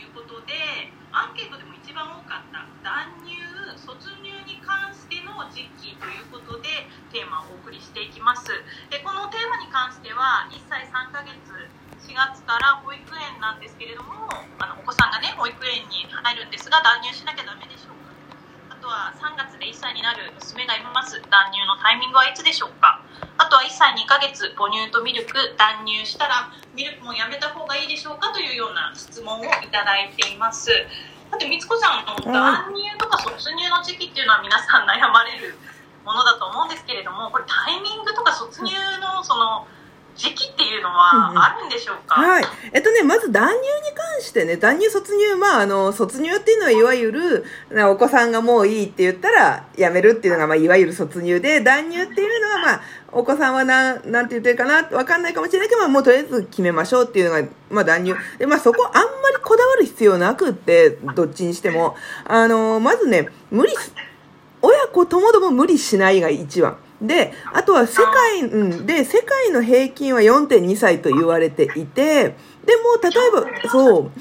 いうことで、アンケートでも一番多かった断乳、卒乳に関しての時期ということでテーマをお送りしていきます。このテーマに関しては1歳3ヶ月4月から保育園なんですけれども、お子さんがね保育園に入るんですが、断乳しなきゃダメでしょうか。あとは3月で1歳になる娘がいます。断乳のタイミングはいつでしょうか。あとは1歳2ヶ月母乳とミルク、断乳したらミルクもやめた方がいいでしょうかというような質問をいただいています。だってみつこさん、断乳とか卒乳の時期っていうのは皆さん悩まれるものだと思うんですけれども、これタイミングとか卒乳のその時期っていうのはあるんでしょうか。 はい。まず断乳に関してね、断乳卒乳、卒乳っていうのはいわゆる、お子さんがもういいって言ったらやめるっていうのが、いわゆる卒乳で、断乳っていうのは、お子さんはなんて言ってるかな、わかんないかもしれないけど、もうとりあえず決めましょうっていうのが、断乳。で、そこあんまりこだわる必要なくって、どっちにしても。まずね、親子ともども無理しないが一番。で、あとは世界の平均は 4.2 歳と言われていて、でも、例えば、そう。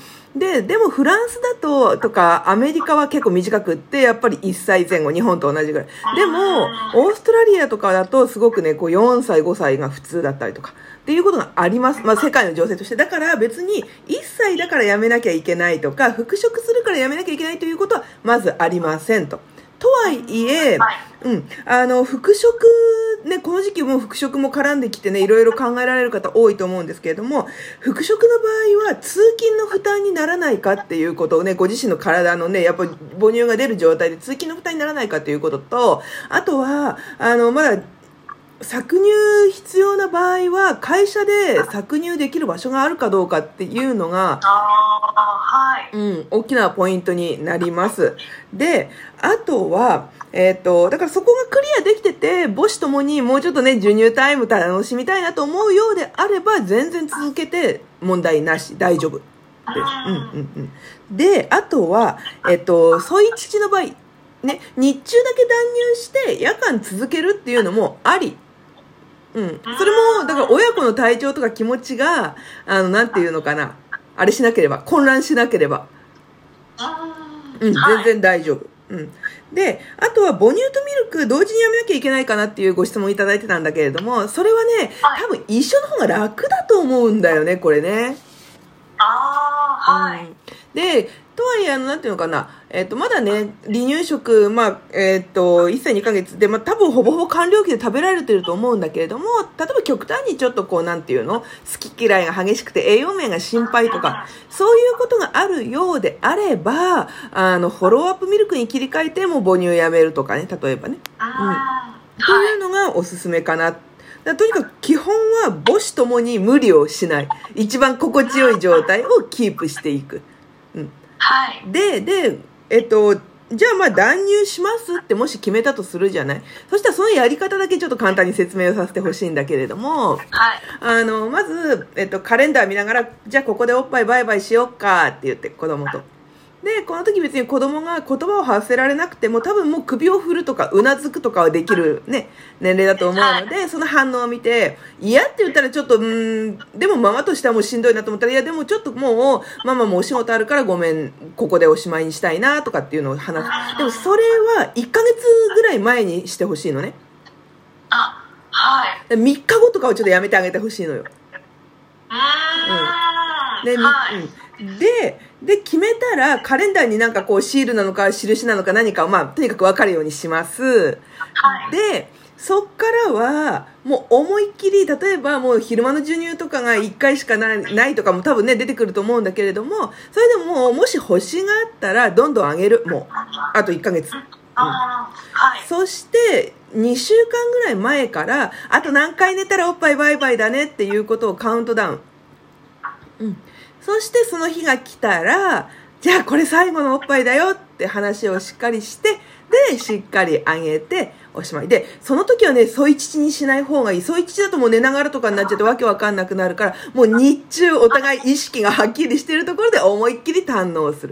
でもフランスだとか、アメリカは結構短くって、やっぱり1歳前後、日本と同じぐらい。でも、オーストラリアとかだと、すごくね、4歳、5歳が普通だったりとか、っていうことがあります。世界の情勢として。だから別に、1歳だからやめなきゃいけないとか、復職するからやめなきゃいけないということは、まずありませんと。とはいえ、復職、ね、この時期も復職も絡んできてね、いろいろ考えられる方多いと思うんですけれども、復職の場合は通勤の負担にならないかっていうことをね、ご自身の体のね、やっぱり母乳が出る状態で通勤の負担にならないかっていうことと、あとは、まだ、搾乳必要な場合は会社で搾乳できる場所があるかどうかっていうのが、大きなポイントになります。で、あとは、だからそこがクリアできてて、母子ともにもうちょっとね、授乳タイム楽しみたいなと思うようであれば、全然続けて問題なし、大丈夫です。で、あとは、ソイ父の場合、ね、日中だけ断乳して夜間続けるっていうのもあり。それも、だから親子の体調とか気持ちが、なんていうのかな、あれしなければ、混乱しなければ、全然大丈夫。で、あとは母乳とミルク同時にやめなきゃいけないかなっていうご質問いただいてたんだけれども、それはね、多分一緒の方が楽だと思うんだよね、これね。で、とはいえ、なんていうのかな、まだね、離乳食、1歳2ヶ月で、多分ほぼほぼ完了期で食べられてると思うんだけれども、例えば極端にちょっとなんていうの、好き嫌いが激しくて栄養面が心配とか、そういうことがあるようであれば、フォローアップミルクに切り替えても母乳やめるとかね、例えばね。というのがおすすめかな。とにかく基本は母子ともに無理をしない。一番心地よい状態をキープしていく。で、じゃあ断乳しますってもし決めたとするじゃない。そしたらそのやり方だけちょっと簡単に説明をさせてほしいんだけれども、まず、カレンダー見ながら、じゃあここでおっぱいバイバイしよっかって言って子供と。で、この時別に子供が言葉を発せられなくても多分もう首を振るとかうなずくとかはできるね、年齢だと思うので、その反応を見て、嫌って言ったらちょっと、でもママとしてはもうしんどいなと思ったら、いやでもちょっともう、ママもお仕事あるからごめん、ここでおしまいにしたいなとかっていうのを話す。でもそれは1ヶ月ぐらい前にしてほしいのね。3日後とかはちょっとやめてあげてほしいのよ。で、決めたら、カレンダーになんかシールなのか、印なのか何かを、とにかく分かるようにします。で、そっからは、もう思いっきり、例えばもう昼間の授乳とかが1回しかないとかも多分ね、出てくると思うんだけれども、それでももし欲しがあったら、どんどんあげる。もう、あと1ヶ月。そして、2週間ぐらい前から、あと何回寝たらおっぱいバイバイだねっていうことをカウントダウン。そしてその日が来たら、じゃあこれ最後のおっぱいだよって話をしっかりして、で、しっかりあげて、おしまい。で、その時はね、ソイ乳にしない方がいい。ソイ乳だともう寝ながらとかになっちゃってわけわかんなくなるから、もう日中お互い意識がはっきりしているところで思いっきり堪能する。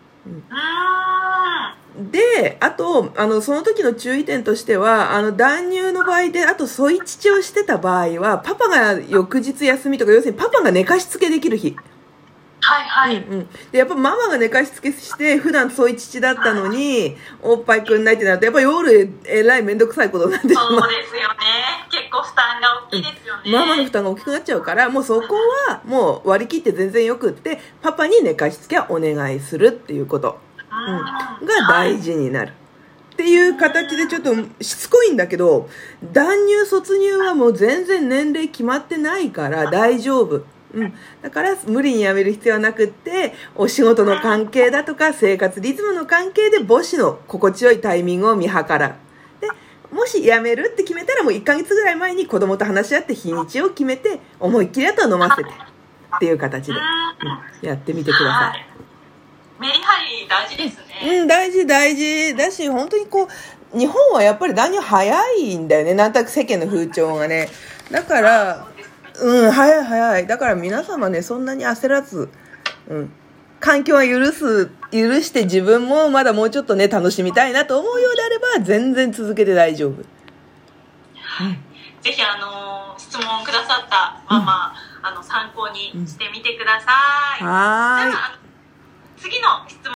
で、あと、その時の注意点としては、断乳の場合で、あと、ソイ乳をしてた場合は、パパが翌日休みとか、要するにパパが寝かしつけできる日。 はい。 で、やっぱママが寝かしつけして、普段そういう父だったのに、おっぱいくんないってなると、やっぱ夜、えらいめんどくさいことになってしまう。 そうですよね。結構負担が大きいですよね。 ママの負担が大きくなっちゃうから、もうそこはもう割り切って全然よくって、パパに寝かしつけはお願いするっていうこと、が大事になる。っていう形でちょっとしつこいんだけど、断乳卒乳はもう全然年齢決まってないから大丈夫。だから無理にやめる必要はなくって、お仕事の関係だとか生活リズムの関係で母子の心地よいタイミングを見計らう。で、もしやめるって決めたらもう1ヶ月ぐらい前に子供と話し合って日にちを決めて、思いっきりあとは飲ませてっていう形で、やってみてください。 メリハリ大事ですね。 大事だし、本当にこう日本はやっぱり断乳早いんだよね、なんとなく世間の風潮がね。だから早い。だから皆様ね、そんなに焦らず、環境は許して自分もまだもうちょっとね楽しみたいなと思うようであれば全然続けて大丈夫。 ぜひ質問くださったママ、参考にしてみてください。 はーい。 じゃあ次の質問